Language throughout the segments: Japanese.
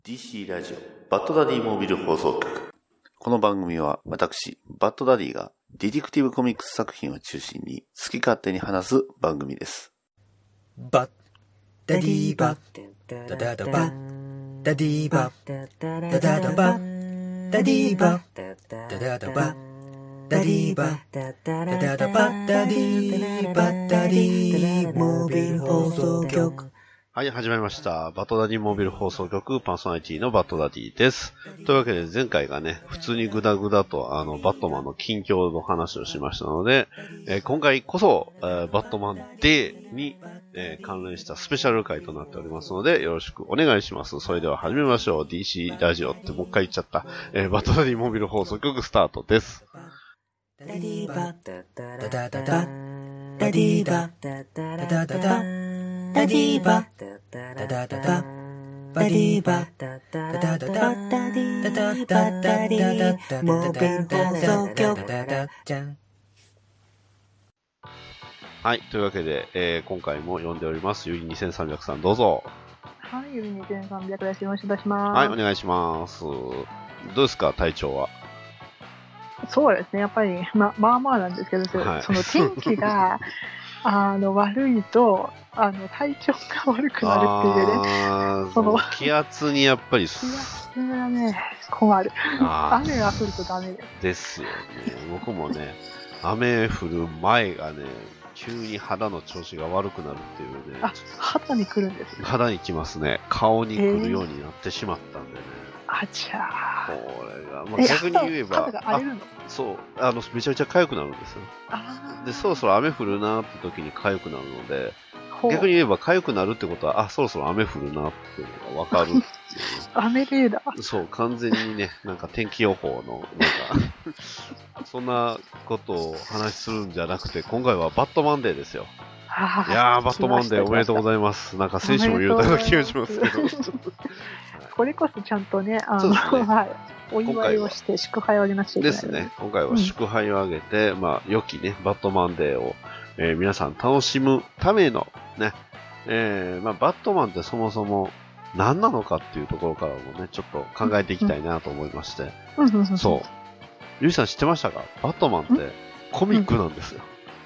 DC ラジオバッドダディモービル放送局。この番組は私バッドダディがディティクティブコミックス作品を中心に好き勝手に話す番組です。 バッダディバッダダダバッダディバッダダダバッダディバッダダダバッダディバッダダダバッダディバッダディモービル放送局。 はい、始まりました。バッドダディモービル放送局パーソナリティのバッドダディです。というわけで前回がね、普通にグダグダとバットマンの近況の話をしましたので、今回こそ、バットマンデーに、関連したスペシャル回となっておりますので、よろしくお願いします。それでは始めましょう。DC ラジオってもう一回言っちゃった。バッドダディモービル放送局スタートです。 ダディバッダダダダダディバッダダダダダディバダダダダバディバダダダダダディバダダダダモービル放送局。 はい、というわけで、今回も読んでおりますゆり2300さん、どうぞ。 はい、ゆり2300です。よろしくお願いします。 はい、お願いします。どうですか、体調は。 そうですね、やっぱりまあまあなんですけど、はい、その天気が悪いと体調が悪くなるっていうね。その気圧にやっぱり気圧がね困る。雨が降るとダメですよね。僕もね、雨降る前がね、急に肌の調子が悪くなるっていうね。 肌に来るんですね。 肌に来ますね。顔に来るようになってしまったんでね。 あちゃー。 これが、まあ、逆に言えば、 肌が荒れるの？ そう、めちゃめちゃ痒くなるんですよ。で、そろそろ雨降るなって時に痒くなるので、逆に言えば痒くなるってことは、そろそろ雨降るなっていうのが分かるっていう。 雨レーダー。 そう、完全にね、なんか天気予報の、なんか、そんなことを話するんじゃなくて、今回はバットマンデーですよ。いやー、バットマンデーおめでとうございます。なんか選手も言うたような気がしますけど。 これこそちゃんとね、はい、お祝いをして祝杯をあげなくちゃいけないですね。今回は祝杯をあげて、まあ、良きね、バットマンデーを、皆さん楽しむためのね、まあ、バットマンってそもそも何なのかっていうところからもね、ちょっと考えていきたいなと思いまして。そう。ゆりさん知ってましたか？バットマンってコミックなんですよ。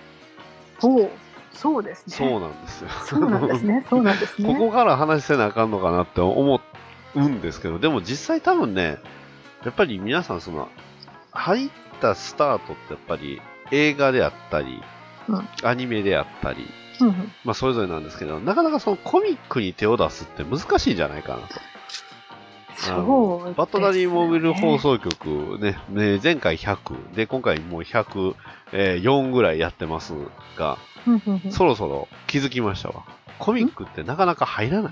そうですね。 そうなんですよ。 そうなんですね。そうなんですね。 ここから話せなあかんのかなって思うんですけど、でも実際多分ね、やっぱり皆さん入ったスタートってやっぱり映画であったり、アニメであったり、まあそれぞれなんですけど、なかなかそのコミックに手を出すって難しいんじゃないかなと。 そうですね。 バッドダディモービル放送局ね、前回100で今回もう104ぐらいやってますが、そろそろ気づきましたわ。コミックってなかなか入らない。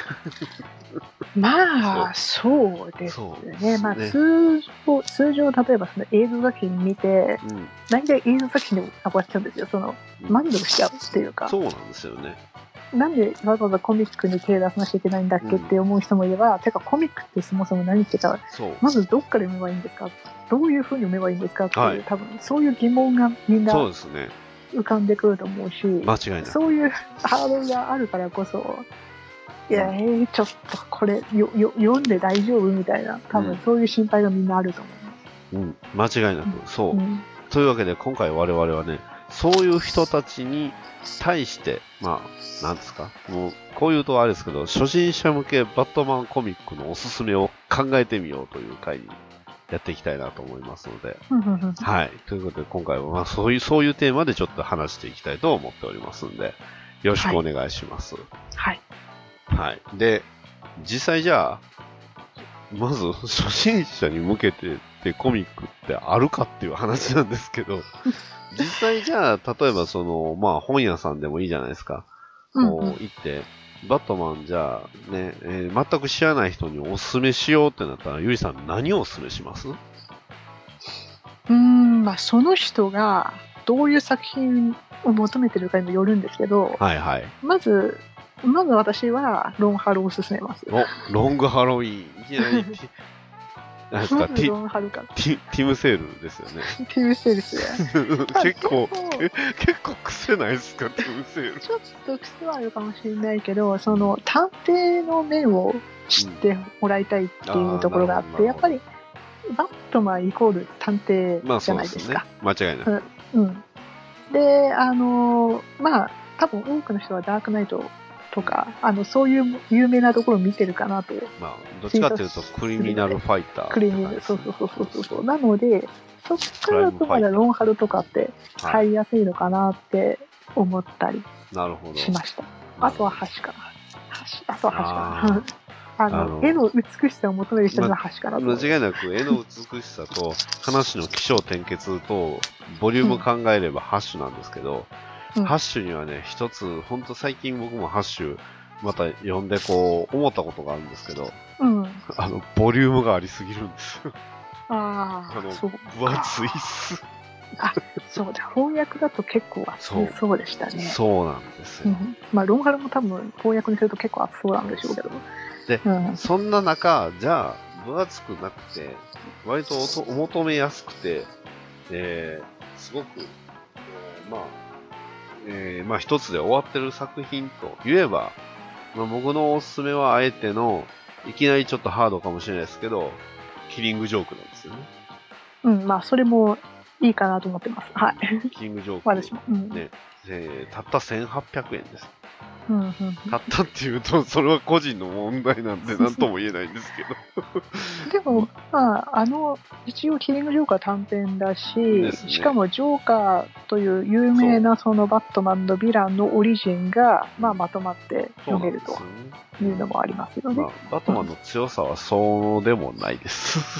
まあそうですね。まあ通常例えばその映像作品見て、大体映像作品でも終わっちゃうんですよ。満足しちゃうっていうか。 そうなんですよね。 なんでわざわざコミックに手出さなきゃいけないんだっけって思う人もいれば、てかコミックってそもそも何ってか、まずどっから読めばいいんですか、どういう風に読めばいいんですかっていう、多分そういう疑問がみんな浮かんでくると思うし、 間違いない。 そういうハードルがあるからこそ、いやちょっとこれ読んで大丈夫みたいな、多分そういう心配がみんなあると思う。間違いなく、そう。というわけで今回我々はね、そういう人たちに対して、まあ、なんですか、もう、こういうとあれですけど、初心者向けバットマンコミックのおすすめを考えてみようという回にやっていきたいなと思いますので、はい。ということで今回は、まあ、そういうテーマでちょっと話していきたいと思っておりますんで、よろしくお願いします。 はい。 はい。で、実際じゃあ、まず初心者に向けてってコミックってあるかっていう話なんですけど、実際じゃあ、例えばまあ本屋さんでもいいじゃないですか。こう行って、バットマンじゃあね、全く知らない人におすすめしようってなったら、ゆりさん何をおすすめします？ まあその人がどういう作品を求めてるかにもよるんですけど、 はいはい。 まず私はロンハロを勧めます。 ロングハロウィン。いきなりなんですか、テロンハルか。 ィムセールですよね。 ティムセールですね。 結構癖ないですか、ティムセール。 ちょっと癖はあるかもしれないけど、その探偵の面を知ってもらいたいっていうところがあって、やっぱりバットマンイコール探偵じゃないですか。 まあそうですね。間違いない。 うん。で、まあ、多分多くの人はダークナイトとか、そういう有名なところを見てるかなと。 まあ、どっちかというと、クリミナルファイター、 クリミナル、そう。なので、そっからだとまだロンハルとかって入りやすいのかなって思ったりしました。あとは橋かな。あとは橋かな。絵の美しさを求める人には橋かなと。 間違いなく絵の美しさと話の起承転結とボリューム考えればハッシュなんですけど、ハッシュにはね、一つ、ほんと最近僕もハッシュまた読んでこう思ったことがあるんですけど、ボリュームがありすぎるんですよ。 そう分厚いっす。 そうだ、翻訳だと結構厚そうでしたね。 そうなんですよ。 まあ、ロンハルも多分翻訳にすると結構厚そうなんでしょうけど。 で、そんな中、じゃあ、分厚くなくて、割とお求めやすくて、すごく、まあ一つで終わってる作品と言えば、まあ、僕のおすすめはあえての、いきなりちょっとハードかもしれないですけど、キリングジョークなんですよね。 まあそれもいいかなと思ってます。はい。 キリングジョーク。 私も。 ね、たった1800円です。たったっていうと、それは個人の問題なんで何とも言えないんですけど。でも、まあ、一応キリングジョーカー短編だし、しかもジョーカーという有名なそのバットマンのヴィランのオリジンが、まとまって読めるというのもありますよね。 バットマンの強さはそうでもないです。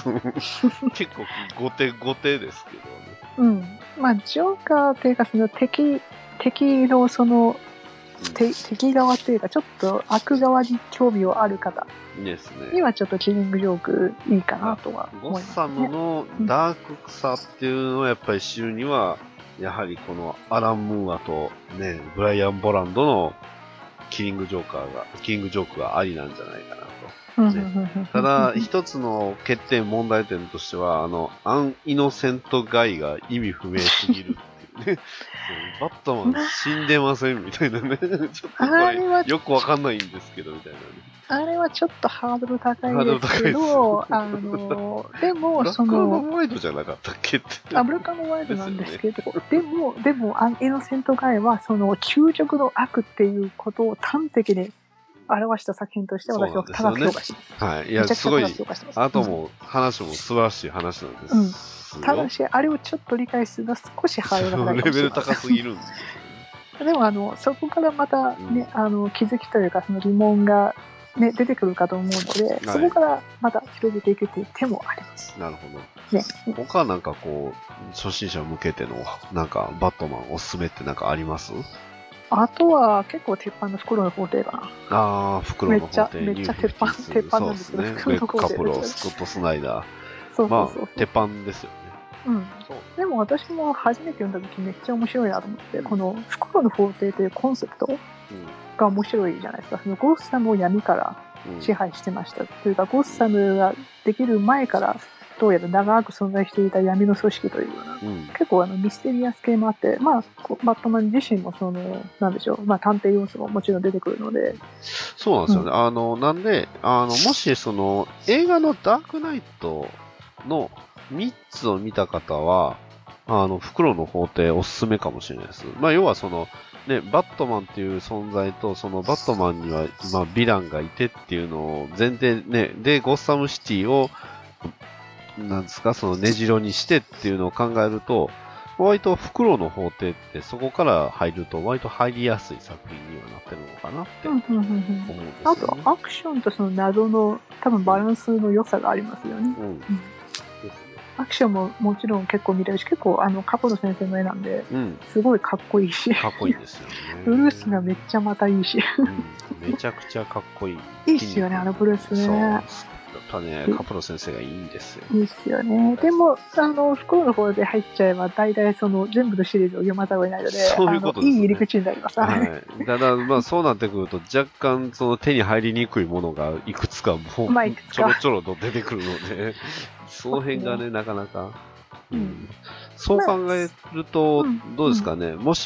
結構後手ですけどね。 まあ、ジョーカーというか、その敵のその、敵側というか、ちょっと悪側に興味をある方にはちょっとキリングジョークいいかなとは思いますね。 ゴッサムのダークさっていうのをやっぱり知るには、やはりこのアラン・ムーアとね、ブライアン・ボランドのキリングジョークがありなんじゃないかなと。ただ、一つの欠点、問題点としては、アン・イノセント・ガイが意味不明すぎる。ね、バットマン死んでませんみたいなね。ちょっとこれよくわかんないんですけどみたいなね。 あれはちょっとハードル高いですけど、でもそのブラック &ホワイトじゃなかったっけって。 ブラック&ホワイトなんですけど、でもアン・イノセント・ガイはその究極の悪っていうことを端的に表した作品として私は高く評価します。 はい、いやすごい。あとも話も素晴らしい話なんです。 ただし、あれをちょっと理解するのは少しハードルが高いかもしれない。 レベル高すぎるんですよ。でもそこからまたね、気づきというか、その疑問が、ね、出てくるかと思うので、そこからまた広げていくという手もあります。 なるほど。ね、他はなんかこう、初心者向けての、なんかバットマンおすすめってなんかあります？ あとは結構鉄板の袋の法廷かな。 袋の法廷。 めっちゃ鉄板なんですけど、 ベック・カプロ、スコット・スナイダー。そう鉄板ですよね。 でも私も初めて読んだ時めっちゃ面白いなと思って、この袋の法廷というコンセプトが面白いじゃないですか。そのゴッサムを闇から支配してました、というか、ゴッサムができる前からどうやら長く存在していた闇の組織というような、結構ミステリアス系もあって、バットマン自身もそのなんでしょう、探偵要素ももちろん出てくるので。 そうなんですよね。なんでもしその映画のダークナイトの3つを見た方は、袋の法廷おすすめかもしれないです。要はその、ね、バットマンっていう存在と、そのバットマンには、ヴィランがいてっていうのを前提ね、で、ゴッサムシティを、なんですか、その根城にしてっていうのを考えると、割と袋の法廷ってそこから入ると割と入りやすい作品にはなってるのかなって思うんですよね。 あとアクションとその謎の多分バランスの良さがありますよね。アクションももちろん結構見れるし、結構カポロ先生の絵なんで、すごいかっこいいし、 かっこいいですよね。 ブルースがめっちゃまたいいし、 めちゃくちゃかっこいい。 いいっすよね、ブルースね。 ぱね、カプロ先生がいいんですよ。 いいですよね。でも、袋の方で入っちゃえば、大体全部のシリーズを読まざるを得ないので、 そういうことですね。 いい入り口になります。 はい。ただ、まあそうなってくると、若干手に入りにくいものがいくつかもう、ちょろちょろと出てくるので、その辺がね、なかなか。そう考えると、どうですかね、もし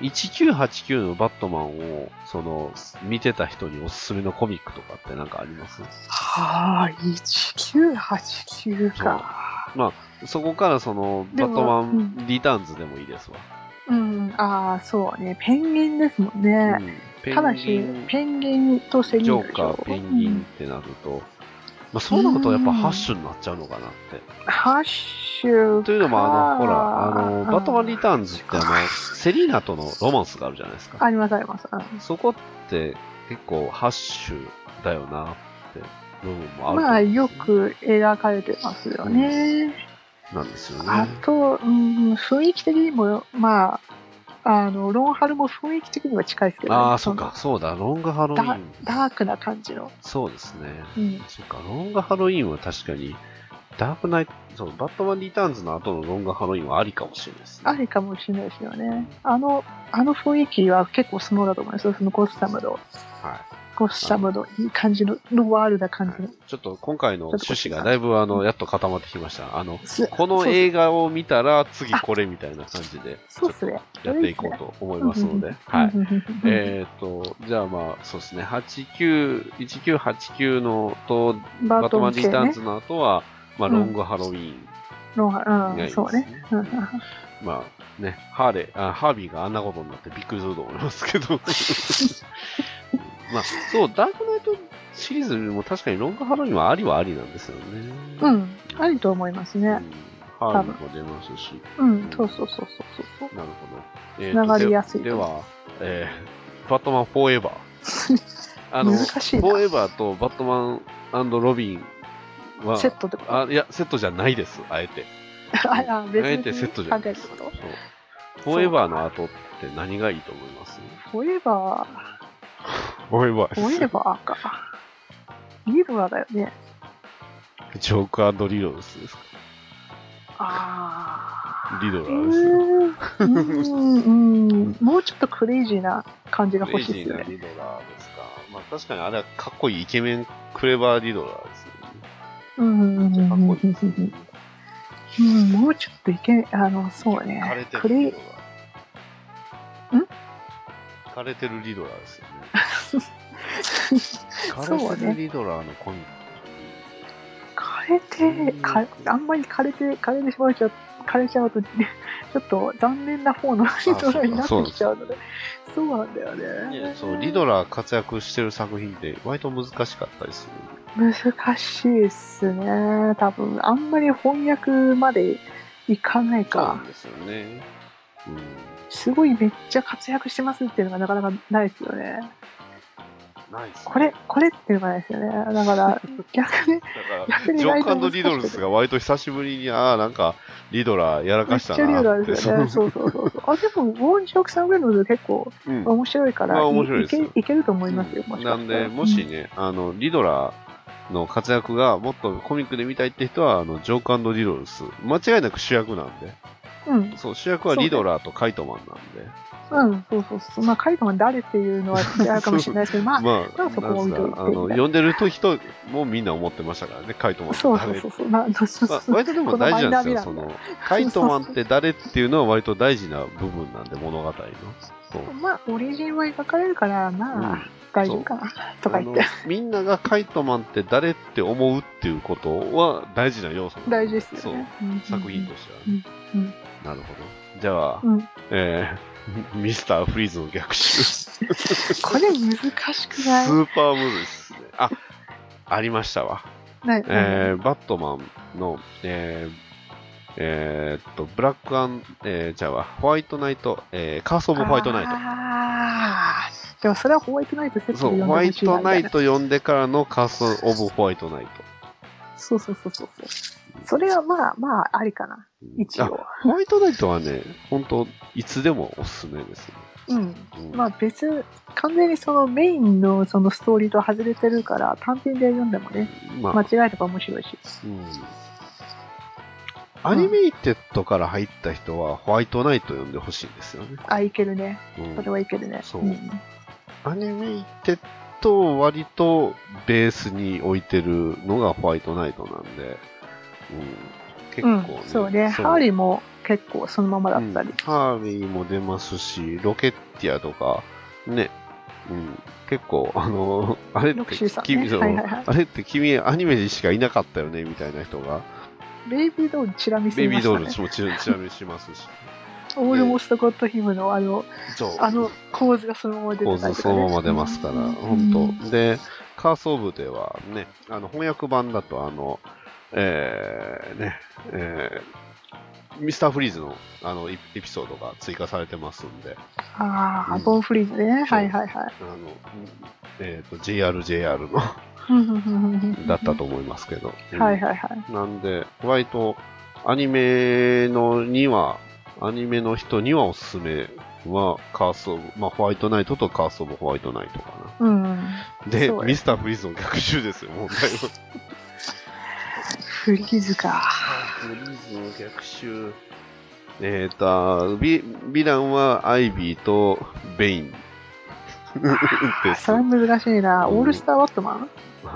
1989のバットマンを、見てた人におすすめのコミックとかってなんかあります？ はぁ、1989か。 まあ、そこからバットマンリターンズでもいいですわ。 そうね、ペンギンですもんね。ただし、ペンギンとセリーヌでしょ。 ジョーカー、ペンギンってなると、まあ、そうなるとやっぱハッシュになっちゃうのかなって。 ハッシュというのも、ほら、バットマンリターンズってセリーナとのロマンスがあるじゃないですか。 あります、あります。 そこって結構ハッシュだよなって部分もある。 まあ、よく描かれてますよね。 なんですよね。 あと、雰囲気的にも、まあ、ロンハルも雰囲気的には近いですけど、ね。 ああ、そっか、そうだ、ロングハロウィン。 ダークな感じの。 そうですね。そっか、ロングハロウィンは確かに、ダークナイト、バットマンリターンズの後のロングハロウィンはありかもしれないですね。 ありかもしれないですよね。あの雰囲気は結構スノーだと思います。そのゴッサムの。ゴッサムのいい感じの、ワールな感じの。 ちょっと今回の趣旨がだいぶやっと固まってきました。この映画を見たら次これみたいな感じで、 そうですね。 やっていこうと思いますので。はい。じゃあまあ、そうですね。1989のと、バットマンリターンズの後は、まあ、ロングハロウィン。 そうね。 まあね、ハービーがあんなことになってびっくりすると思いますけど。まあ、そう、ダークナイトシリーズも確かにロングハロウィンはありなんですよね。 ありと思いますね。 ハービーも出ますし。 そう。 なるほど。 つながりやすい。 では、バットマンフォーエバー。 難しいな。 フォーエバーとバットマン&ロビンは、 セットってこと？ いや、セットじゃないです、あえて。あえてセットじゃないです。フォーエバーの後って何がいいと思います？ フォーエバー。 フォーエバーです。 フォーエバーか。リドラーだよね。 ジョーク&リドルスですか？リドラーですよ。 もうちょっとクレイジーな感じが欲しいですね。 クレイジーなリドラーですか。まあ確かにあれはかっこいいイケメンクレバーリドラーですね。かっこいいですね。 もうちょっとそうね。 枯れてるリドラー。枯れてるリドラーですよね。枯れてるリドラーのコミック。 あんまり枯れちゃうと、ちょっと残念な方のリドラーになってきちゃうので、そうなんだよね。 リドラー活躍してる作品って割と難しかったりする。 難しいっすね。多分、あんまり翻訳までいかないか。 そうなんですよね。 すごいめっちゃ活躍してますっていうのがなかなかないですよね。 ないですね。 これっていうのがないですよね。だから逆にジョーク&リドルスが割と久しぶりになんかリドラーやらかしたなって。 めっちゃリドラーですよね。そう。でもウォン・ジョークさんぐらいので結構面白いから、いけると思いますよ。 なんでもしね、リドラーの活躍がもっとコミックで見たいって人はジョーク&リドルス間違いなく主役なんで。そう主役はリドラーとカイトマンなんで。 そう。まあ、カイトマン誰っていうのは違うかもしれないですけど、まあそこを置いといて。 呼んでる人もみんな思ってましたからね、カイトマンって誰。 そう。 割とでも大事なんですよ、カイトマンって誰っていうのは割と大事な部分なんで、物語の。 まあ、オリジンは描かれるから、まあ、大丈夫かな、とか言って。 みんながカイトマンって誰って思うっていうことは大事な要素なんで。 大事ですよね。 作品としてはね。なるほど。じゃあ、ミスターフリーズの逆襲。 これ難しくない？ スーパームズですね。ありましたわ。バットマンの、ブラックホワイトナイト、カースオブホワイトナイト。 でもそれはホワイトナイトセットで読んでホワイトナイト読んでからのカースオブホワイトナイト。 そう。それはまあ、ありかな。一応。 ホワイトナイトはね、本当いつでもおすすめですね。 まあ完全にそのメインのそのストーリーと外れてるから、単品で読んでもね、間違えれば面白いし。 アニメイテッドから入った人はホワイトナイト読んでほしいんですよね。 いけるね。それはいけるね。 そう。アニメイテッドを割とベースに置いてるのがホワイトナイトなんで、結構ね。 そうね。ハーリーも結構そのままだったり。 ハーリーも出ますし、ロケッティアとか、ね。結構、あれって君アニメでしかいなかったよねみたいな人が。 ベイビードールチラ見せましたね。 ベイビードールもチラ見しますし。 オールモストゴッドヒムの構図がそのまま出てたりとか、ね。構図そのまま出ますから、本当。で、カースオブではね、翻訳版だとミスターフリーズのエピソードが追加されてますんで。 ボンフリーズね。はいはいはい。 JR のだったと思いますけど。 はいはいはい。 なんで、割とアニメの人にはおすすめはカースオブ、ホワイトナイトとカースオブホワイトナイトかな。で、ミスターフリーズの逆襲ですよ、問題は。 フリーズか。 フリーズの逆襲。ヴィランはアイビーとベインです。 それ難しいな。オールスターバットマン？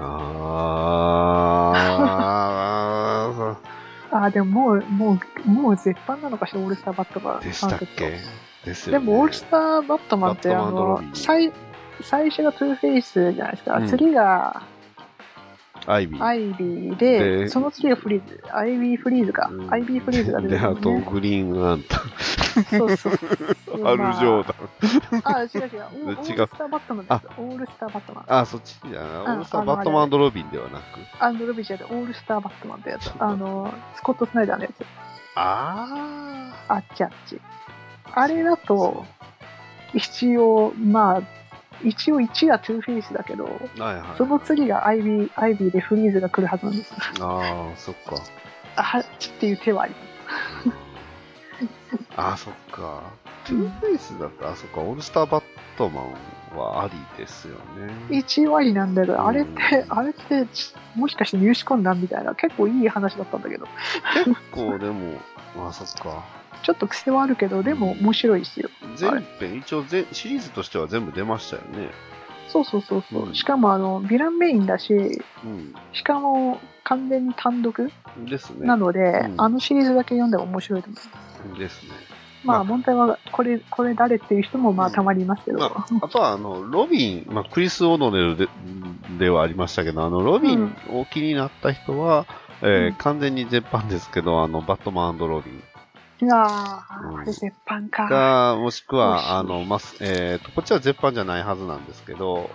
でももう絶版なのかしら、オールスターバットマン。 でしたっけ？ですよね。 でもオールスターバットマンって最初がトゥーフェイスじゃないですか。次がアイビーで、その次がフリーズ。アイビーフリーズか。アイビーフリーズが出てくる、ね。 で、あと、グリーンアント。 そう。 ハル・ジョーダン。違う。オールスターバットマンです。オールスターバットマン。 そっちじゃない。オールスターバットマンロビンではなく。 ロビンじゃなくて、オールスターバットマンってやつ。スコット・スナイダーのやつ。あっち。あれだと、一応1はトゥーフェイスだけど、その次がアイビーでフリーズが来るはずなんです。 そっか。 っていう手はあります。そっか。トゥーフェイスだったら、そっか、オールスターバットマンはありですよね。 一応ありなんだけど、あれって、もしかして入手困難みたいな、結構いい話だったんだけど。 結構でも、そっか。 ちょっと癖はあるけど、でも面白いですよ。 全編、一応シリーズとしては全部出ましたよね。 そう。しかもヴィランメインだし、しかも完全に単独ですね。 なので、シリーズだけ読んでも面白いと思う。ですね。 問題はこれ誰っていう人もたまりますけど。 あとはロビン、クリス・オドネルではありましたけど、ロビンを気になった人は、完全に絶版ですけど、バットマン&ロビン。 あれ絶版か。 もしくは、こっちは絶版じゃないはずなんですけど、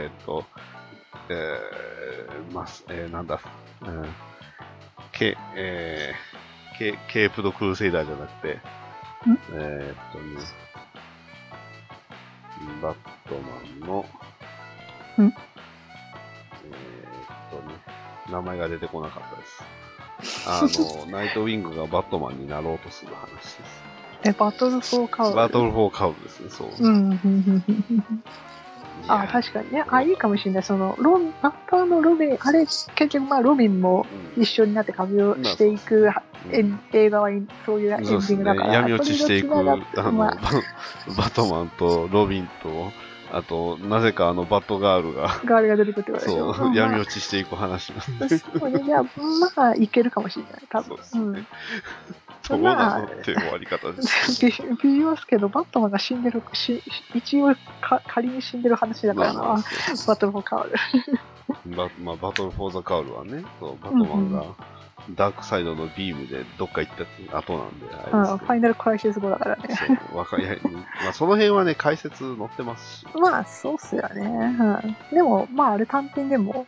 なんだ、ケープドクルセイダーじゃなくて、バットマンの、名前が出てこなかったです。ナイトウィングがバットマンになろうとする話です。 バトルフォーカウル。 バトルフォーカウルですね、そう。 確かにね。いいかもしれない。バッターのロビン、あれ、結局ロビンも一緒になって旅をしていく映画はそういうエンディングだから。 闇落ちしていく、バットマンとロビンと、あと、なぜかバットガールが出てくるってことでしょ。 闇落ちしていく話なんで。 そうね、じゃあ、いけるかもしれない、多分。 そうなのって終わり方です。 微妙ですけど、バットマンが死んでる、一応仮に死んでる話だからな、バトルフォーカウル。 バトルフォーザカウルはね、バットマンがダークサイドのビームでどっか行った後なんで、 ファイナルクライシス後だからね。 その辺はね、解説載ってますし。 そうっすよね。でも、あれ単品でも、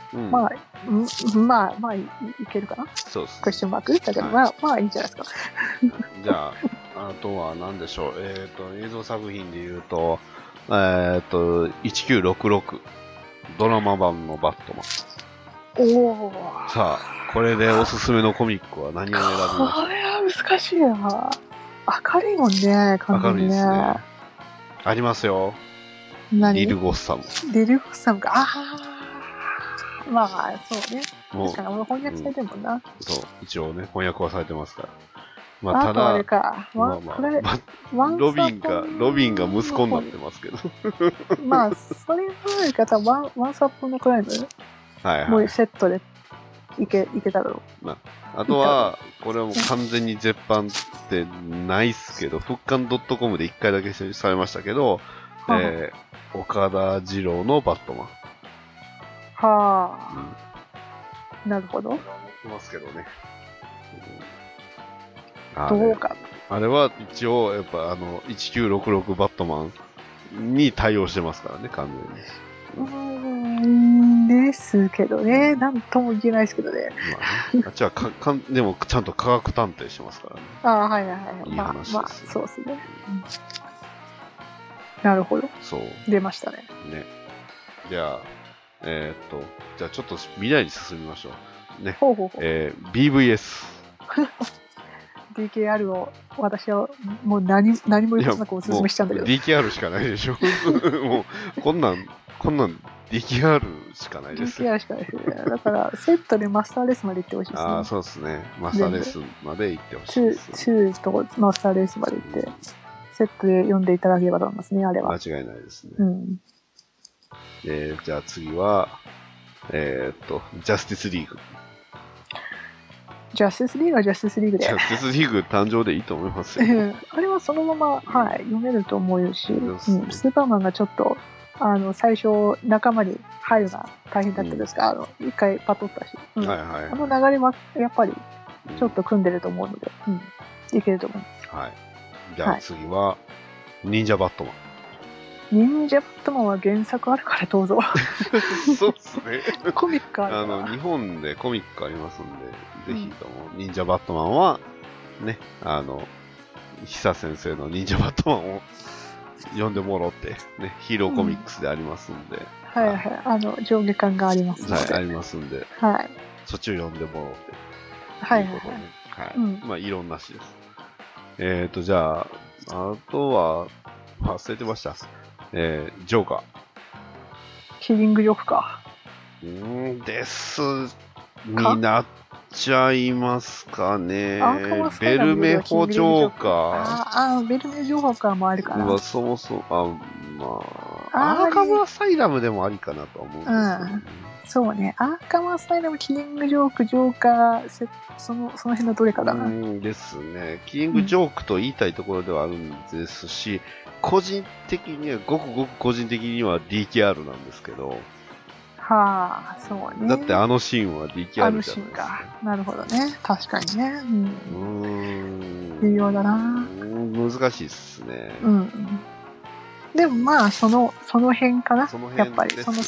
いけるかな。 そうです。 クエスチョンマークだけど、いいんじゃないですか。 じゃあ、あとは何でしょう。映像作品で言うと、1966、ドラマ版のバットマン。さあ、これでおすすめのコミックは何を選びましょう？ これは難しいな。明るいもんね、完全にね。 ありますよ。リル・ゴッサム。 リル・ゴッサムか。まあ、そうね。確かに俺翻訳されてるもんな。 そう、一応ね、翻訳はされてますから。 まあ、ただ、あれか。 ロビンが息子になってますけど。 まあ、それはある方、ワンサップのクライムもうセットでいけただろう。 あとは、これはもう完全に絶版ってないっすけど、復刊 .com で1回だけされましたけど、岡田二郎のバットマン。 はあ、なるほど。 いますけどね。 どうか。 あれは一応、やっぱ1966バットマンに対応してますからね、完全に。ですけどね、なんとも言えないですけどね。 まあね、じゃあでもちゃんと科学探偵してますからね。 はいはいはい。 いい話です、 まあ、そうですね。なるほど。 そう。 出ましたね。 ね。じゃあ、じゃあちょっと未来に進みましょう。ね。BVS。 DKR を私はもう何も言うことなくおすすめしちゃうんだけど。 DKR しかないでしょ。もう、こんなん DKR しかないです。 DKR しかないですね。だから、セットでマスターレースまで行ってほしいですね。 そうですね。マスターレースまで行ってほしいです、 2とマスターレースまで行って、セットで読んでいただければと思いますね、あれは。 間違いないですね。じゃあ次は、ジャスティスリーグ。 ジャスティスリーグはジャスティスリーグで。 ジャスティスリーグ誕生でいいと思いますよ。 あれはそのまま、読めると思うし、スーパーマンがちょっと、最初、仲間に入るのが大変だったですが、一回パトったし、あの流れはやっぱりちょっと組んでると思うので、いけると思います。 はい。じゃあ次は、忍者バットマン。 忍者バットマンは原作あるからどうぞ。 そうですね。 コミックあるから。 日本でコミックありますんで、ぜひとも、忍者バットマンは、ね、久先生の忍者バットマンを読んでもろって、ね、ヒーローコミックスでありますんで。 上下感がありますので。 はい、ありますんで。 はい。 そっちを読んでもろって。 はい。 まあ、いろんなしです。じゃあ、あとは、忘れてました。ジョーカー。 キリングジョークか。 ですになっちゃいますかね。ベルメホジョーカー。ベルメジョーカーもあるかな。 そもそも、アーカムアサイラムでもありかなと思うんですけど、ね。 そうね。アーカムアサイラム、キリングジョーク、ジョーカー、その辺のどれかだな。 ですね。キリングジョークと言いたいところではあるんですし、個人的には、ごくごく個人的には DKR なんですけど。 そうね。 だってシーンは DKR じゃないですか。 シーンか。なるほどね。確かにね。微妙だな。 難しいっすね。 でもまあ、その辺かな。やっぱり、その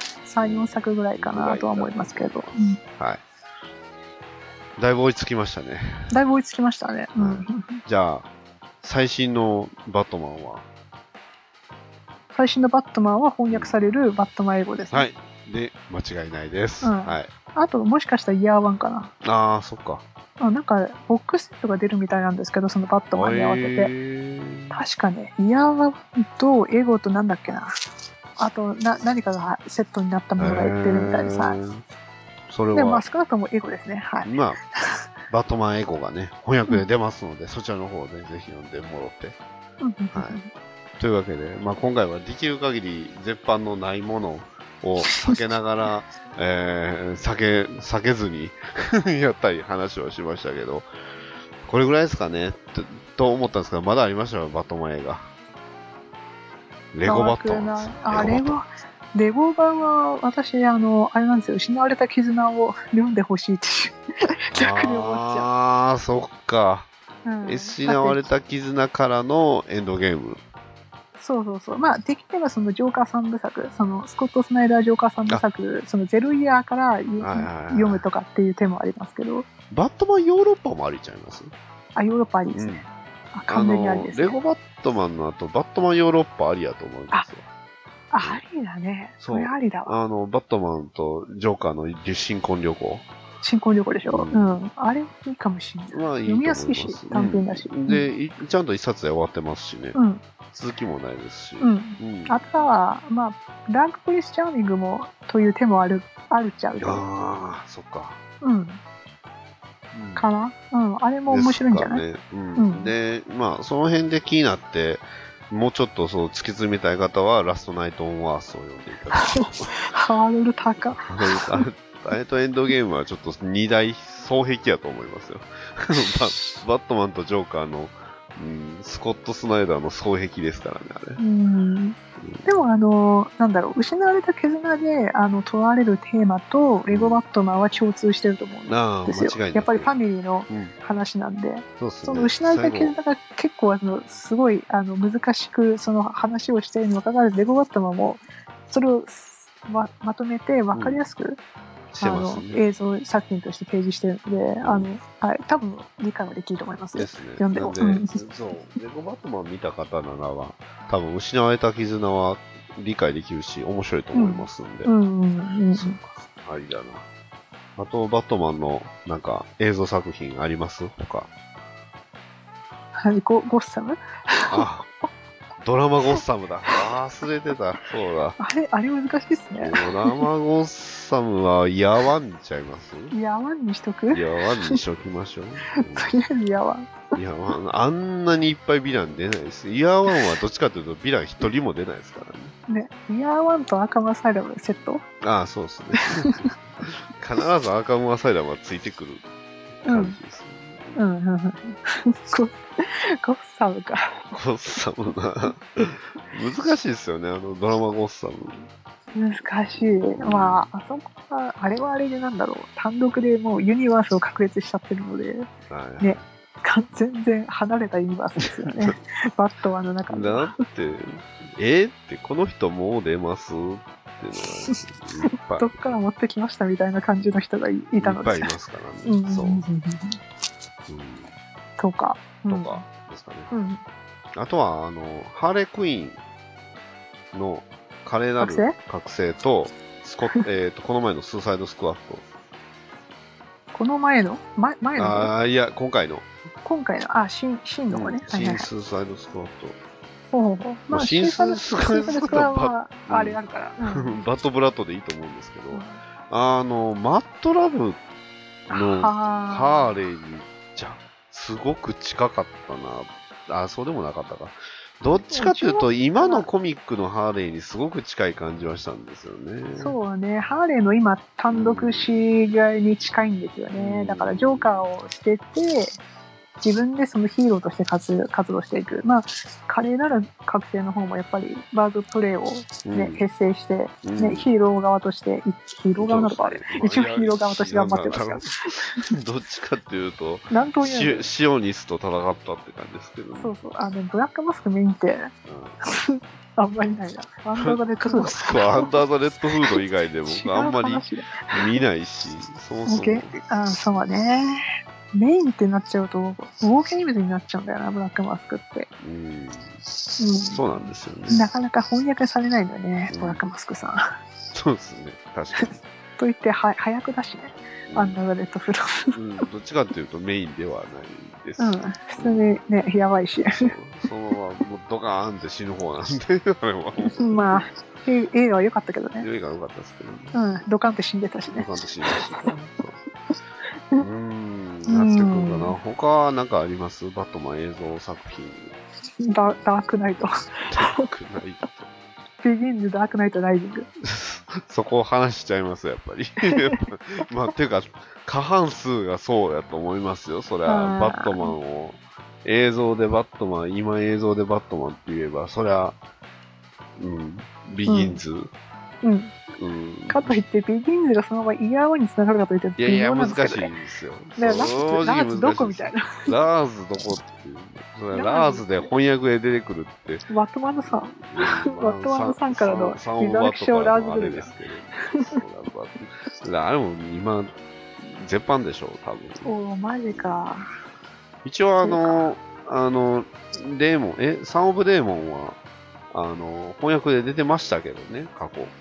3、4作ぐらいかなとは思いますけど。 はい。だいぶ追いつきましたね。 だいぶ追いつきましたね。 じゃあ、最新のバットマンは？ 最新のバットマンは翻訳されるバットマン英語ですね。 はい。で、間違いないです。はい。 あと、もしかしたらイヤー1かな。 そっか。 なんか、ボックスセットが出るみたいなんですけど、そのバットマンに合わせて。確かね、イヤー1とエゴとなんだっけな。あと、何かがセットになったものが売ってるみたいでさ。 それは。 でも、少なくともエゴですね。はい。 まあ、バットマンエゴがね、翻訳で出ますので、そちらの方でぜひ読んでもろって。はい。というわけで、まあ今回はできる限り絶版のないものを避けながら、避けずにやったり話をしましたけど、これぐらいですかねと思ったんですけど、まだありましたよ、バットマン映画。レゴバットマン。 レゴ版は私、あれなんですよ、失われた絆を読んでほしいって逆に思っちゃう。 そっか。失われた絆からのエンドゲーム。 そう。まあ、できればそのジョーカー3部作、そのスコット・スナイダー・ジョーカー3部作、そのゼロイヤーから読むとかっていう手もありますけど。 バットマンヨーロッパもありちゃいます？ ヨーロッパありですね。完全にありですね。 レゴバットマンの後、バットマンヨーロッパありやと思うんですよ。 ありだね。それありだわ。 バットマンとジョーカーの新婚旅行。 新婚旅行でしょ。 ううんん。あれいいかもしれない。 まあいいと思います。 読みやすいし、短編だし。 で、ちゃんと一冊で終わってますしね。 うん。 続きもないですし。 うん。 うんあとは、まあ、ダークプリンスチャーミングも、という手もあるっちゃうと。 ああ、そっか。 うん。かな。うん。あれも面白いんじゃない？ ですかね。うん。で、まあ、その辺で気になって、もうちょっとそう突き詰めたい方は、ラストナイト・オン・ワースを読んでいただくと。 ハードル高。 あれとエンドゲームはちょっと2大双璧やと思いますよ。バットマンとジョーカーの、スコット・スナイダーの双璧ですからね、あれ。 でもなんだろう、失われた絆で問われるテーマとレゴバットマンは共通してると思うんですよ。やっぱりファミリーの話なんで、その失われた絆が結構すごい難しくその話をしているにもかかわらず、レゴバットマンもそれをまとめて分かりやすく、映像作品として提示してるので、はい、多分理解はできると思いますよ。 ですね。 読んでも。 そう、レゴバットマン見た方ならば、多分失われた絆は理解できるし、面白いと思いますんで。そうか、ありだな。あと、バットマンのなんか映像作品あります他？ はい、ゴッサム？ あ、ドラマゴッサムだ。忘れてた。そうだ。 あれ難しいっすね。 ドラマゴッサムはヤワンちゃいます？ ヤワンにしとく？ ヤワンにしときましょう。 とりあえずヤワン。 ヤワン、あんなにいっぱいヴィラン出ないです。イヤーワンはどっちかというとヴィラン一人も出ないですからね。 ね、イヤーワンとアーカムアサイラムセット？ ああ、そうですね。必ずアーカムアサイラムはついてくる感じですね。 ゴッサムか。 ゴッサムな。難しいですよね、ドラマゴッサム。 難しい。まあ、あそこは、あれはあれでなんだろう、単独でもうユニバースを確立しちゃってるので、ね、全然離れたユニバースですよね。バットマンの中で。 だって、ってこの人もう出ますっていうのがいっぱい。 どっから持ってきましたみたいな感じの人がいたので。 いっぱいいますからね。そう。 とかですかね。あとは、ハーレークイーンの華麗なる覚醒と、この前のスーサイドスクワット。 この前の前のいや、今回の。 新の方ね。 新スーサイドスクワット。まあ、新スーサイドスクワットは、あれあるから。 バッドブラッドでいいと思うんですけど、マットラブのハーレーに、すごく近かったな。そうでもなかったか。どっちかというと、今のコミックのハーレーにすごく近い感じはしたんですよね。 そうね、ハーレーの今、単独誌に近いんですよね。だから、ジョーカーを捨てて、自分でそのヒーローとして活動していく。まあ、華麗なる覚醒の方もやっぱりバードプレイを、ね結成して、ヒーロー側として、ヒーロー側なのかあれ、一応ヒーロー側として頑張ってますから。 どっちかっていうと、シオニスと戦ったって感じですけどね。 そう、ブラックマスクメインって、あんまりないな。アンダーザレッドフード。 マスクはアンダーザレッドフード以外でもあんまり見ないし、 そうね。メインってなっちゃうと、ウォーキングになっちゃうんだよな、ブラックマスクって。 そうなんですよね。 なかなか翻訳されないのよね、ブラックマスクさん。 そうですね、確かに。 と言って、早くだしね、アンダーザレッドフード。 どっちかっていうとメインではないです普通にね、やばいし。 そのままもうドカーンって死ぬ方なんで、あれは。 まあ、映画は良かったけどね。 映画は良かったですけどね。 ドカンって死んでたしね。 ドカンって死んでたし。なんていうかな。他は何かあります？バットマン映像作品。 ダークナイト。 ダークナイト。 ビギンズ、ダークナイト、ライジング。 そこを話しちゃいますやっぱり。まあ、ていうか、過半数がそうやと思いますよ。そりゃ、バットマンを、今映像でバットマンって言えば、そりゃ、ビギンズ。 かといって、ビギンズがそのままイヤーワンに繋がるかといって、 いや、難しいですよ。 ラーズどこみたいな。 ラーズどこっていう。ラーズで翻訳で出てくるって。 バットマンのさん。バットマンのさんからのリザレクションラーズブルーですけど。あれも今、絶版でしょ、多分。 マジか。 一応デーモン、サンオブデーモンは、翻訳で出てましたけどね、過去。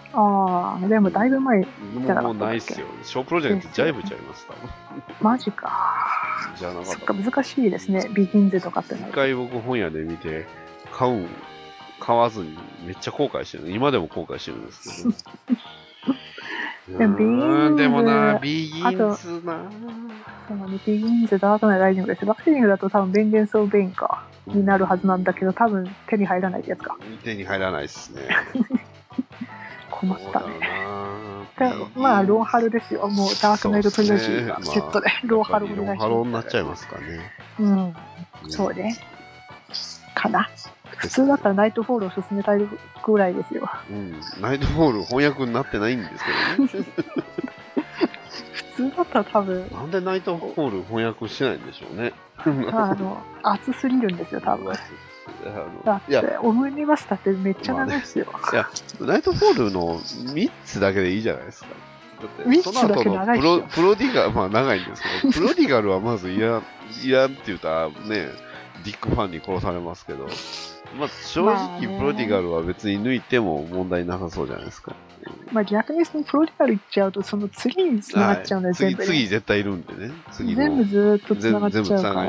ああ、でもだいぶ前じゃなかもうったっけ。 ないっすよ。小プロジェクトジャイブちゃいます、多分。 マジか。 じゃなかっ。 そったか、難しいですね。ビギンズとかって一ね。 回僕本屋で見て、買わずにめっちゃ後悔してる。今でも後悔してるんですけど。 でもビギンズでもな、ビギンズな。 そうね、ビギンズダークナイトライジングです。ライジングだと多分ベンジェンス・オブ・ベインかになるはずなんだけど、多分手に入らないってやつか。 手に入らないっすね。 困ったね。 ね。 まあ、ロンハルですよ。もうダークナイトトリロジーがセットで、ロンハルお願いします。 ロンハルになっちゃいますかね。 うん、そうね。かな。普通だったらナイトフォールを進めたいぐらいですよ。 うん。ナイトフォール翻訳になってないんですけどね。 普通だったら多分。 なんでナイトフォール翻訳してないんでしょうね。 熱すぎるんですよ、多分。だって、オムニバスだってめっちゃ長いですよ。 いや、ナイトフォールの3つだけでいいじゃないですか。だって、その後のプロディガル、まあ長いんですけど、プロディガルはまずいらんって言ったらね、ディックファンに殺されますけど、まあ正直プロディガルは別に抜いても問題なさそうじゃないですか。 まあ逆にそのプロディガル行っちゃうと、その次に繋がっちゃうんで、全部。 次絶対いるんでね。 全部ずっと繋がっちゃうから、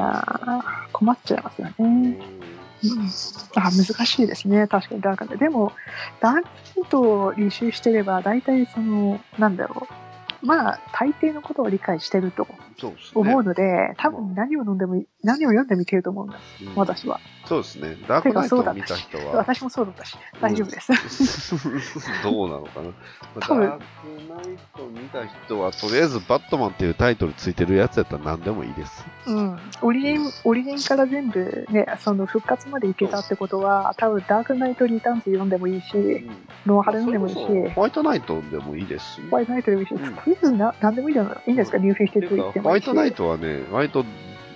困っちゃいますよね。難しいですね、確かにダークナイト。でも、ダークナイトを履修してれば、大体なんだろう。まあ、大抵のことを理解してると思うので、多分何を読んでもいけると思うんだ、私は。 そうですね。ダークナイトを見た人は。 私もそうだったし、大丈夫です。 どうなのかな。ダークナイト見た人は、とりあえずバットマンっていうタイトルついてるやつやったら何でもいいです。 うん。オリジンから全部ね、復活までいけたってことは、多分ダークナイトリターンズ読んでもいいし、ロンハル読んでもいいし、 ホワイトナイトでもいいですし、 ホワイトナイトでもいいし、とりあえず何でもいいじゃないいいんですか、ニューフィフティー言ってもホワイトナイトはね、割と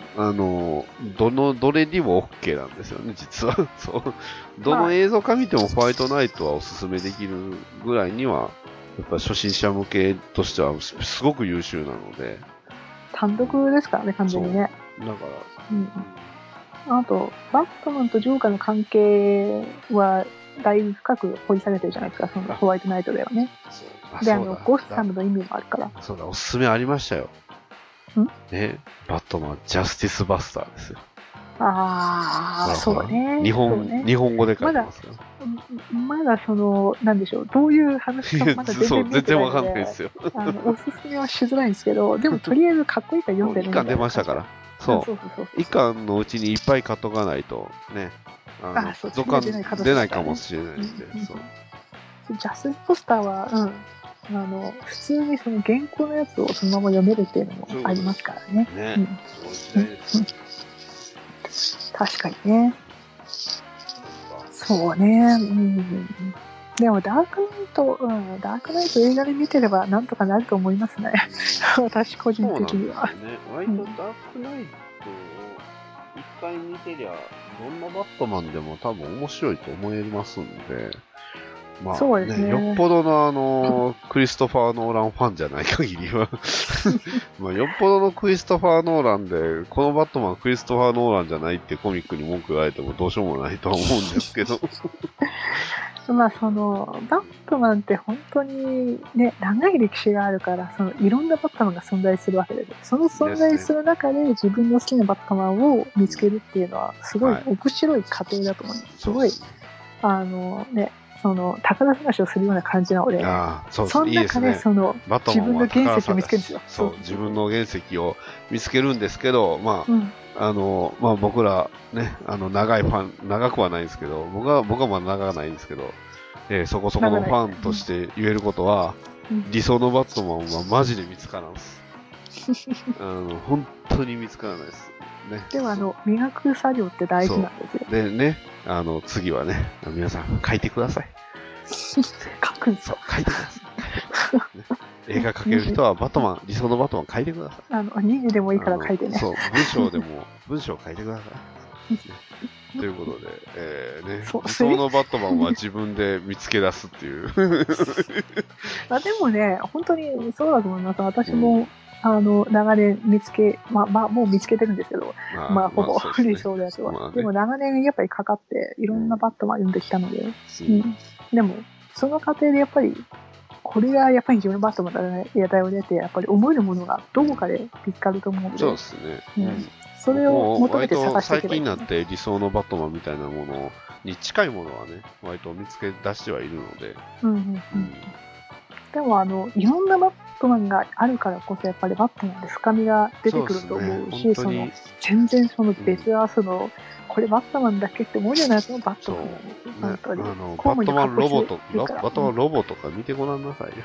どれにも OK なんですよね、実は。そう。どの映像化見てもホワイトナイトはおすすめできるぐらいには、やっぱ初心者向けとしてはすごく優秀なので。 単独ですからね、完全にね。 だから。 あと、バットマンとジョーカーの関係は、だいぶ深く掘り下げてるじゃないですか、そのホワイトナイトではね。で、ゴッサムの意味もあるから。 そうだ、おすすめありましたよ。ね、バットマン、ジャスティスバスターですよ。 ああ、そうね。 日本語で書いてますよ。 まだなんでしょう、どういう話かまだ全然わかんないですよ。 おすすめはしづらいんですけど、でもとりあえずかっこいいから読んでね。 1巻出ましたから。そう。1巻のうちにいっぱい買っとかないと、ね。続刊出ないかもしれないんで。 ジャスティスポスターは、普通にその原稿のやつをそのまま読めるっていうのもありますからね。確かにね。そうね。でもダークナイト映画で見てればなんとかなると思いますね。私個人的には。 割とダークナイトを一回見てりゃ、どんなバットマンでも多分面白いと思いますんで。まあそうですね。 よっぽどのクリストファー・ノーランファンじゃない限りはまあよっぽどのクリストファー・ノーランで、このバットマンはクリストファー・ノーランじゃないってコミックに文句言われてもどうしようもないとは思うんですけどまあバットマンって本当にね、長い歴史があるから、いろんなバットマンが存在するわけです。その存在する中で自分の好きなバットマンを見つけるっていうのは、すごい面白い過程だと思います。すごい、宝探しをするような感じなので、その中で自分の原石を見つけるんですよ。 そう、自分の原石を見つけるんですけど、僕らね、長くはないんですけど、僕はまだ長くないんですけど、そこそこのファンとして言えることは、理想のバットマンはマジで見つからんです。本当に見つからないです。ね、 でも磨く作業って大事なんですよ。 でね、次はね、皆さん書いてください。 書くんですよ。 書いてください。ね、映画描ける人は理想のバットマン書いてください。 2字でもいいから書いてね。 そう、文章を書いてください。ね、ということで、理想のバットマンは自分で見つけ出すっていう。 でもね、本当にそうだと思います。私も、長年もう見つけてるんですけど、ほぼ理想のやつは。でも長年やっぱりかかって、いろんなバットマン読んできたので、でも、その過程でやっぱりこれがやっぱり自分のバットマンだよねってやっぱり思えるものがどこかで見つかると思うので、 そうですね。 それを求めて探していけばいい、 最近になって理想のバットマンみたいなものに近いものはね、割と見つけ出してはいるので。 でもいろんなバットマンがあるからこそやっぱりバットマンで深みが出てくると思うし、その全然その別アースの、これバットマンだけって思うじゃないですか、バットマンなんですよ。本当に。 バットマンロボとか見てごらんなさいよ。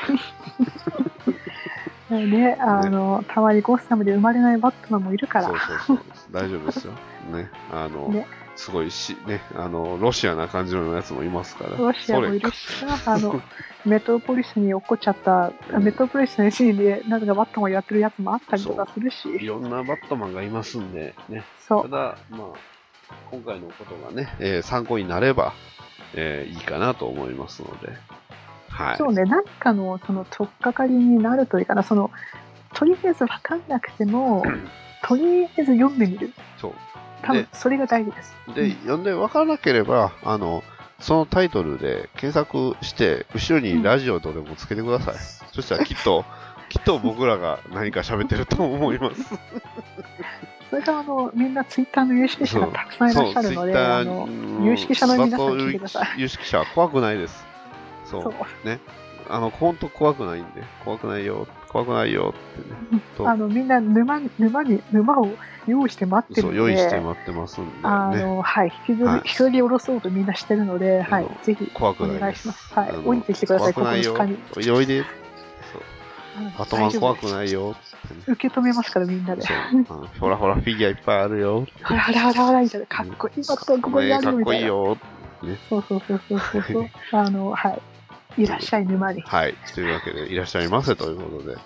ね、たまにゴッサムで生まれないバットマンもいるから。 そう大丈夫ですよ。ね、すごいね、ロシアな感じのやつもいますから。 ロシアもいるし、メトロポリスに落っこっちゃった、メトロポリスのシーンで、なんかバットマンやってるやつもあったりとかするし。 いろんなバットマンがいますんで、ね。ただ、今回のことがね、参考になれば、いいかなと思いますので。はい。 そうね、何かの、その、取っかかりになるというかな、とりあえず分かんなくても、とりあえず読んでみる。 そう。 多分それが大事です。 で、読んで分からなければ、そのタイトルで検索して、後ろにラジオとでもつけてください。そしたらきっと僕らが何か喋ってると思います。 それがみんなツイッターの有識者がたくさんいらっしゃるので、有識者の皆さん聞いてください。 有識者は怖くないです。そう。ね。本当怖くないんで、怖くないよってね。 みんな沼を用意して待ってるので、 用意して待ってますんで、ね。 はい、引きずり下ろそうとみんなしてるので、はい、ぜひお願いします。はい、降りてきてください、 ここの下に。おいで。バットマン怖くないよ。 受け止めますから、みんなで。 ほらフィギュアいっぱいあるよ。 ほらみたいな、かっこいいバットマンここにあるよみたいな。 かっこいいよ。 そう。はい。いらっしゃい沼に。 はい。というわけで、いらっしゃいませということで。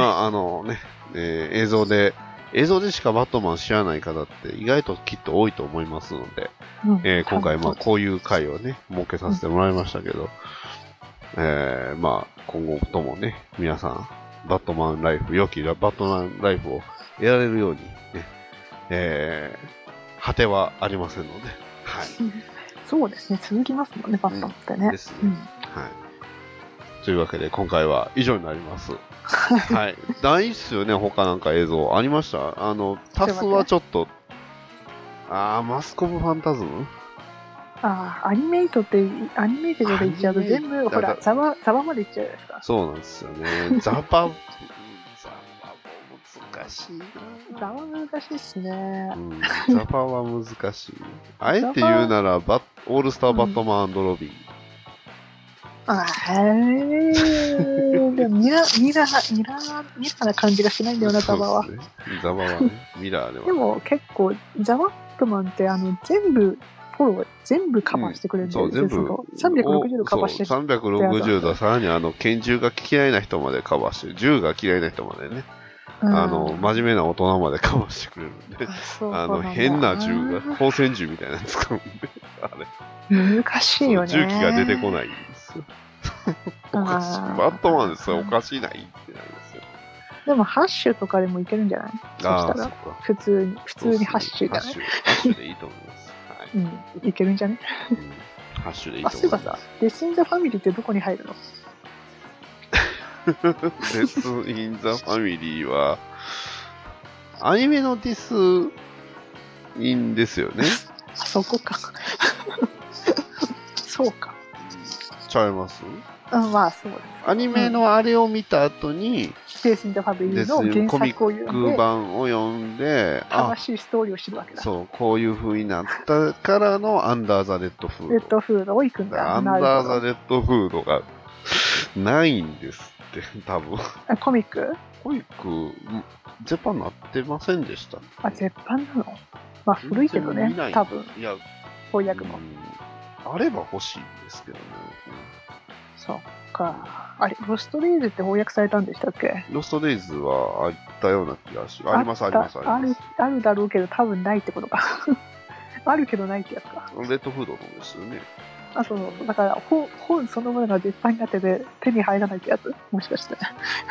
映像でしかバットマン知らない方って意外ときっと多いと思いますので、今回こういう回をね、設けさせてもらいましたけど、今後ともね、皆さん、バットマンライフ、良きバットマンライフを得られるようにね、果てはありませんので、はい。 そうですね、続きますもんね、バットマンってね。 ですね。はい。というわけで、今回は以上になります。はい。ないっすよね、他なんか映像。ありました？タスはちょっと、マスコブファンタズム？ アニメイトで言っちゃうと全部、ほら、ザバまでいっちゃうじゃないですか。 そうなんですよね。ザバも難しいな。 ザバ難しいっすね。 ザバは難しい。あえて言うなら、オールスターバットマン&ロビン。 でもミラな感じがしないんだよな、ザバは。 ザバはね、ミラーでは。 でも結構、ザバットマンって全部カバーしてくれるんですよ。全部。360度カバーしてくれる。 360度、さらに拳銃が嫌いな人までカバーしてる。銃が嫌いな人までね。真面目な大人までカバーしてくれるんで。変な銃が、光線銃みたいなやつ使うんで、 難しいよね。 銃器が出てこないんですよ。おかしい。バットマンですよ、おかしいないってなるんですよ。 でも、ハッシュとかでもいけるんじゃない？そしたら、普通にハッシュじゃない？ ハッシュでいいと思います。 はい。いけるんじゃね？ ハッシュでいいと思います。 そういえばさ、デス・イン・ザ・ファミリーってどこに入るの？ デス・イン・ザ・ファミリーは、アニメのデス・インですよね。 そこか。そうか。 ちゃいます？ まあそうです。 アニメのあれを見た後に、 デス・イン・ザ・ファミリーの原作を読んで、 コミック版を読んで、 悲しいストーリーを知るわけだ。 そう、こういう風になったからのアンダー・ザ・レッド・フード。 レッドフードを行くんだ。 アンダー・ザ・レッド・フードがないんですって、多分。 コミック、 絶版なってませんでした。 絶版なの？まあ古いけどね、多分。 いや、 翻訳も。 あれば欲しいんですけどね。 そっか。あれ、ロストデイズって翻訳されたんでしたっけ？ ロストデイズはあったような気がします。 あるだろうけど、多分ないってことか。あるけどないってやつか。 レッドフードのですよね。 そう。だから、本そのものが絶版になってて、手に入らないってやつ？もしかして。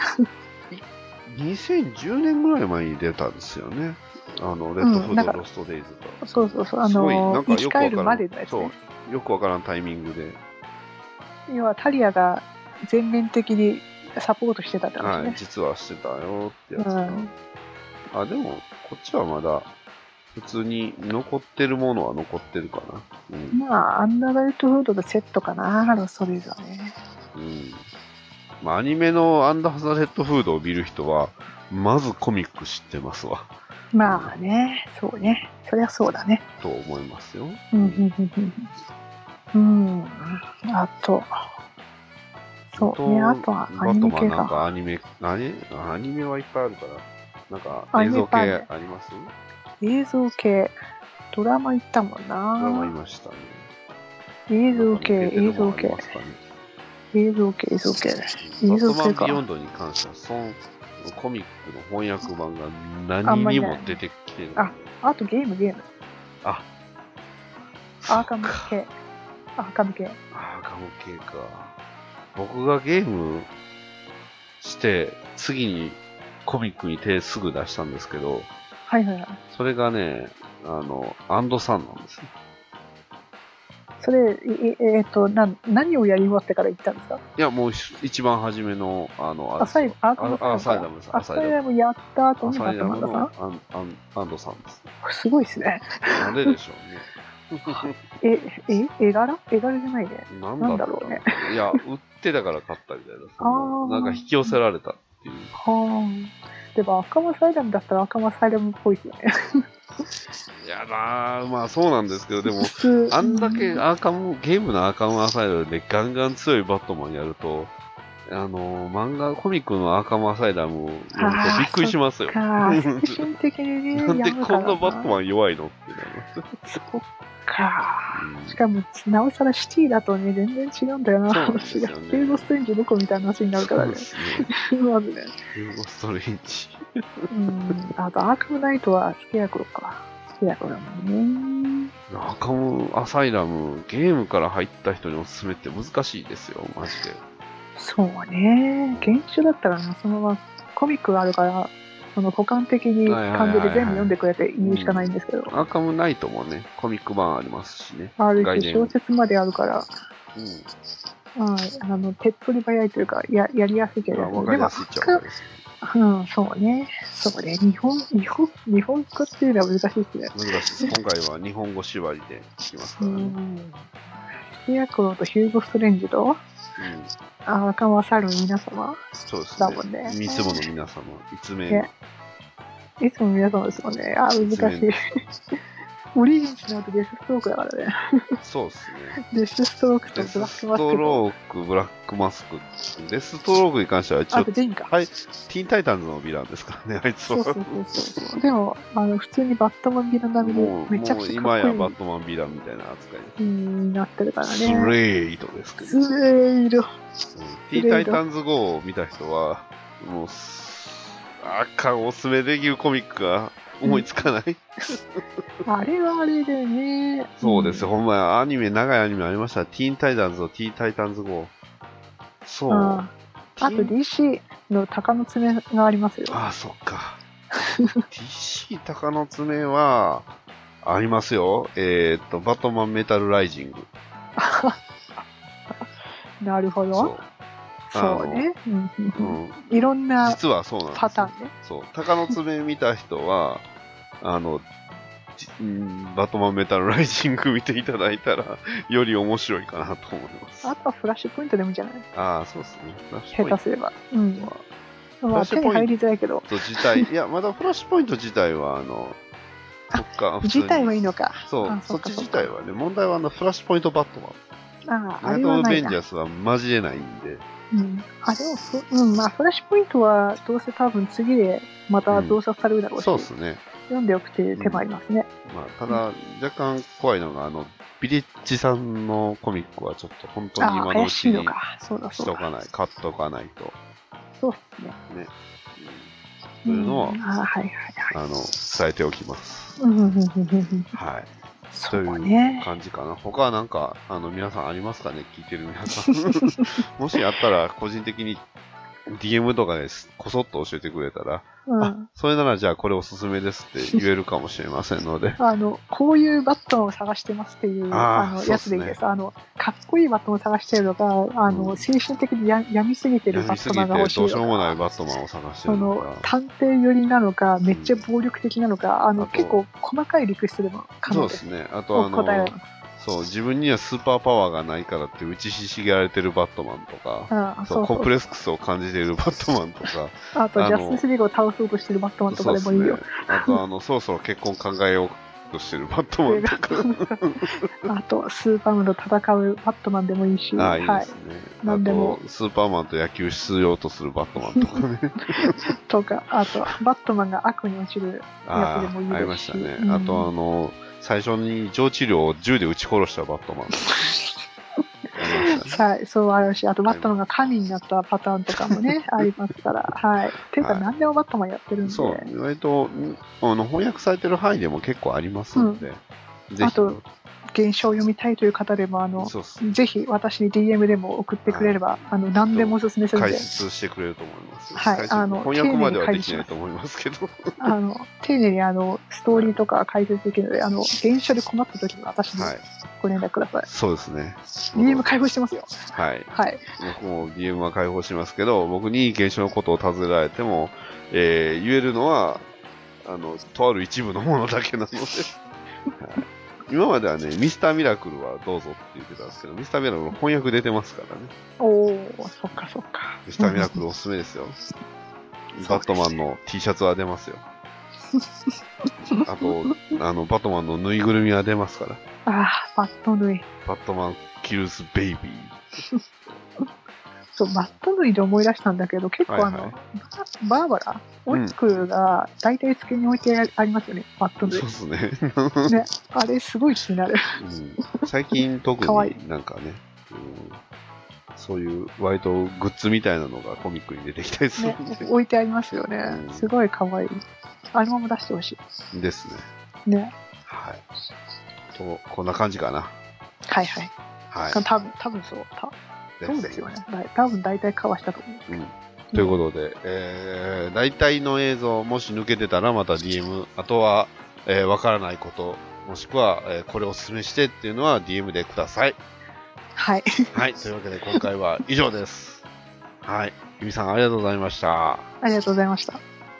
2010年ぐらい前に出たんですよね。レッドフード、ロストデイズと。 そう。生き返るまでのやつ、ね。 そう。よくわからんタイミングで。 要はタリアが全面的にサポートしてたって話ね。 はい、実はしてたよってやつ、 うん。 でも、こっちはまだ、普通に残ってるものは残ってるかな。うん。 まあ、アンダーガレットフードとセットかな、ロストレーズはね。 うん。まあ、アニメのアンダーザレッドフードを見る人は、まずコミック知ってますわ。 まあね、そうね。そりゃそうだね。 と思いますよ。 あと、そうね、あとはアニメ系なんかか。 アニメはいっぱいあるから、なんか映像系あります？ 映像系、ドラマ行ったもんな。 ドラマいましたね。 映像系。 映像系。 バットマンビヨンドに関しては、そのコミックの翻訳版が何にも出てきてる。あとゲーム。 アーカム系。 アーカム系か。僕がゲームして、次にコミックに手すぐ出したんですけど、それがね、アンドさんなんですね。 それ、何をやり終わってから行ったんですか？ いや、もう一番初めの、 アサイダムやった後にバットマンださん？ アンドさんです。 すごいですね。 なんででしょうね。 絵柄じゃないね。 なんだろうね。いや、売ってたから買ったみたいな。なんか引き寄せられたっていう。 でも赤間サイダムだったら赤間サイダムっぽいですよね。 いやなぁ、まあそうなんですけど、でも、あんだけゲームのアーカムアサイダムでガンガン強いバットマンやると、漫画、コミックのアーカムアサイダムをやるとびっくりしますよ。 精神的にね、 なんでこんなバットマン弱いのってなります。 そっか。しかも、なおさらシティだとね、全然違うんだよな。 そうですよね。 ヒューゴストレンジどこみたいな話になるからね。まずね。 ヒューゴストレンジ。 あと、アーカムナイトはスケアクロか。スケアクロだもんね。 アーカムアサイダム、ゲームから入った人におすすめって難しいですよ、マジで。 そうね。原種だったらな、そのままコミックがあるから、その補完的に感じで全部読んでくれて言うしかないんですけど。 アーカムナイトもね、コミック版ありますしね。 あるし、小説まであるから、手っ取り早いというか、やりやすいけど、 わかりやすいっちゃわかりやすい。 そうね。日本語っていうのは難しいですね。 難しいです。今回は日本語縛りで聞きますからね。 スケアクロとヒューゴストレンジと、赤間サルの皆様。 そうですね。 だもんね。 三つ子の皆様。 いつも皆様ですもんね。難しい。オリジンスの後デスストロークだからね。 そうですね。 デスストロークとブラックマスク。 デスストローク、ブラックマスク。デスストロークに関しては一応、ティーンタイタンズのヴィランですからね、あいつは。 そう。でも、普通にバットマンヴィラン並みでめちゃくちゃかっこいい。 今やバットマンヴィランみたいな扱いになってるからね。 スレイドですけど。 スレイド。 ティーンタイタンズ号を見た人は、もう、おすすめできるコミックが思いつかない。 あれはあれでね。 そうですよ、ほんまや、長いアニメありました。ティーンタイタンズとティータイタンズ号。そう。あと DC の鷹の爪がありますよ。 そっか。DC 鷹の爪は、ありますよ。バットマンメタルライジング。 なるほど。そうね。いろんな実はそうなんです。 パターンね。 そう。鷹の爪見た人は、バットマンメタルライジング見ていただいたら、より面白いかなと思います。 あとはフラッシュポイントでもいいんじゃない？ そうですね。 下手すれば。まあ、手に入りづらいけど。 いや、まだフラッシュポイント自体は、そっか。 自体はいいのか。 そう、そっち自体はね、問題はフラッシュポイントバットマン。 あれはないな。 ベンジャースはマジでないんで。 まあ、フラッシュポイントは、どうせ多分次でまた増刷されるだろうし、 そうですね。 読んでおくっていう手もありますね。 ただ、若干怖いのが、ビレッジさんのコミックはちょっと本当に今のうちにしとかない、買っとかないと。 そうですね。 というのを、伝えておきます。はい。という感じかな。他はなんか、皆さんありますかね、聞いてる皆さん。もしあったら、個人的に DM とかでこそっと教えてくれたら、 うん、 あ、それならじゃあこれおすすめですって言えるかもしれませんので。 こういうバットマンを探してますっていう、やつでいいです。かっこいいバットマンを探してるのか、精神的に病みすぎてるバットマンが欲しいのか。 どうしようもないバットマンを探してるのか。 探偵寄りなのか、めっちゃ暴力的なのか、結構細かいリクエストでも可能です。 そうですね。あと答えられます。そう、自分にはスーパーパワーがないからって打ちひしげられてるバットマンとか、コンプレックスを感じているバットマンとか、 あとジャスティスリーグを倒そうとしてるバットマンとかでもいいよ。 ね、あとそろそろ結婚考えようとしてるバットマンとか、 あとスーパーマンと戦うバットマンでもいいし、 いいですね。何でも。あとスーパーマンと野球しようとするバットマンとかね。 とか、あとバットマンが悪に落ちるやつでもいいですし。 ありましたね。あと最初に上治療を銃で撃ち殺したバットマン。 はい、そうあるし、あとバットマンが神になったパターンとかもね、ありますから、はい。ていうか、何でもバットマンやってるんで。 そう、意外と、翻訳されてる範囲でも結構ありますので。 あと、原書を読みたいという方でも、ぜひ私に DM でも送ってくれれば、何でもおすすめするので。 解説してくれると思います。 はい。 翻訳まではできないと思いますけど。 丁寧にストーリーとか解説できるので、原書で困った時に私にご連絡ください。 そうですね。 DM 開放してますよ。 はい。はい。僕も DM は開放しますけど、僕に原書のことを尋ねられても、言えるのは、とある一部のものだけなので。今まではね、ミスターミラクルはどうぞって言ってたんですけど、ミスターミラクルの翻訳出てますからね。 おー、そっかそっか。 ミスターミラクルおすすめですよ。バットマンの T シャツは出ますよ。あと、バットマンのぬいぐるみは出ますから。 ああ、バットヌイ。 バットマンキルズベイビー。 そう、バットヌイで思い出したんだけど、結構バーバラ、オリックが大体付けに置いてありますよね、バットヌイ。 そうですね。 ね、あれすごい気になる。 最近特になんかね、そういう割とグッズみたいなのがコミックに出てきたりするんで、 置いてありますよね。すごい可愛い。あのまま出してほしい。ですね。ね。 はい。こんな感じかな。 はいはい。はい。多分そう。そうですよね。多分大体かわしたと思うんですけど。 ということで、大体の映像、もし抜けてたらまた DM、あとは、わからないこと、もしくは、これをおすすめしてっていうのは DM でください。 はい。 はい。というわけで今回は以上です。はい。ゆみさんありがとうございました。 ありがとうございました。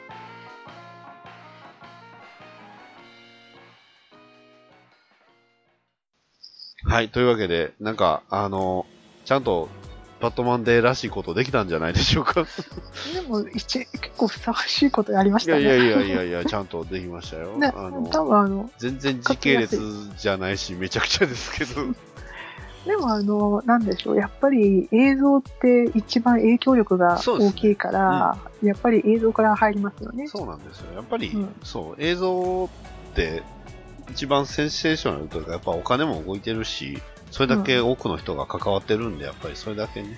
はい。というわけで、なんか、ちゃんと、バットマンデーらしいことできたんじゃないでしょうか。 でも、結構ふさわしいことやりましたね。 いや、ちゃんとできましたよ。 ね、多分全然時系列じゃないし、めちゃくちゃですけど。 でも、なんでしょう、やっぱり映像って一番影響力が大きいから、やっぱり映像から入りますよね。 そうなんですよ。やっぱり、そう、映像って、一番センセーショナルというか、やっぱお金も動いてるし、それだけ多くの人が関わってるんで、やっぱりそれだけね、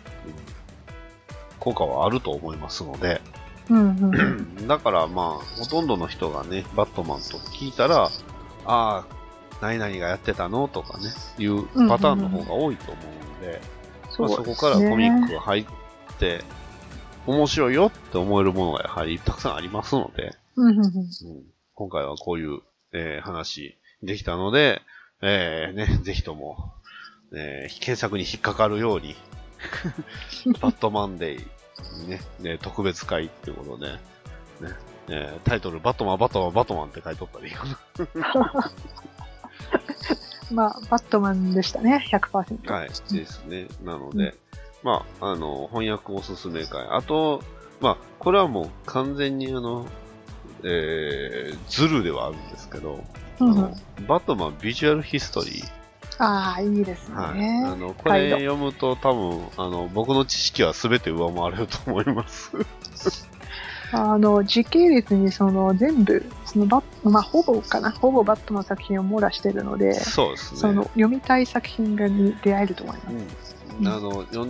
効果はあると思いますので、だからまあ、ほとんどの人がね、バットマンと聞いたら、ああ、何々がやってたのとかね、いうパターンの方が多いと思うので、そこからコミックが入って、面白いよって思えるものがやはりたくさんありますので、今回はこういう話できたので、ぜひとも、検索に引っかかるように、バットマンデーにね、特別会っていうことで、タイトル、バットマンって書いとったらいいかな。 まあ、バットマンでしたね、100%。 はい、ですね。なので、まあ、翻訳おすすめ会。あと、まあ、これはもう完全にズルではあるんですけど、バットマンビジュアルヒストリー。 ああ、いいですね。はい、 これ読むと多分、僕の知識は全て上回れると思います。 時系列に全部、ほぼバットマン作品を網羅しているので、 そうですね。 読みたい作品に出会えると思います。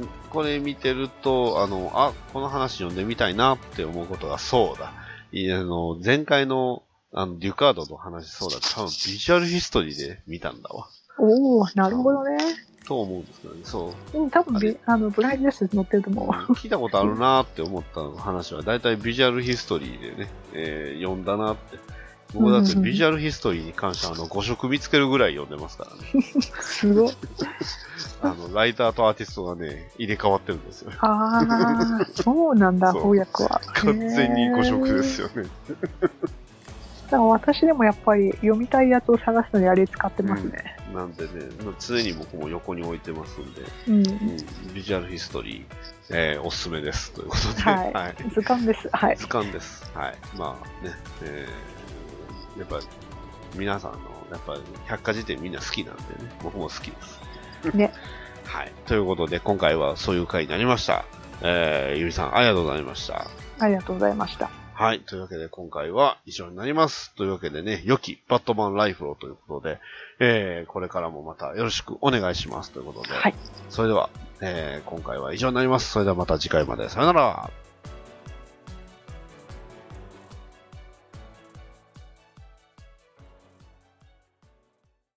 これ見てると、この話読んでみたいなって思うことがそうだ。前回の、デュカードの話そうだ。多分ビジュアルヒストリーで見たんだわ。 おー、なるほどね。 と思うんですけどね、そう。 うん、多分ブラインドレス載ってると思う。 聞いたことあるなーって思った話は、だいたいビジュアルヒストリーでね、読んだなって。僕だってビジュアルヒストリーに関しては5色見つけるぐらい読んでますからね。 すごい。 ライターとアーティストがね、入れ替わってるんですよ。 ああ、そうなんだ、翻訳は。 完全に5色ですよね。 だから私でもやっぱり読みたいやつを探すのにあれ使ってますね。 なんでね、常に僕も横に置いてますんで、ビジュアルヒストリー、おすすめですということで、 はい、図鑑です。はい。 図鑑です。はい。まあね、やっぱ皆さんのやっぱ百科事典みんな好きなんでね、僕も好きです。 ね。 はい。ということで今回はそういう回になりました。ゆりさんありがとうございました。 ありがとうございました。 はい。というわけで今回は以上になります。というわけでね、良きバットマンライフをということで、これからもまたよろしくお願いしますということで、 はい。 それでは、今回は以上になります。それではまた次回まで。さよなら。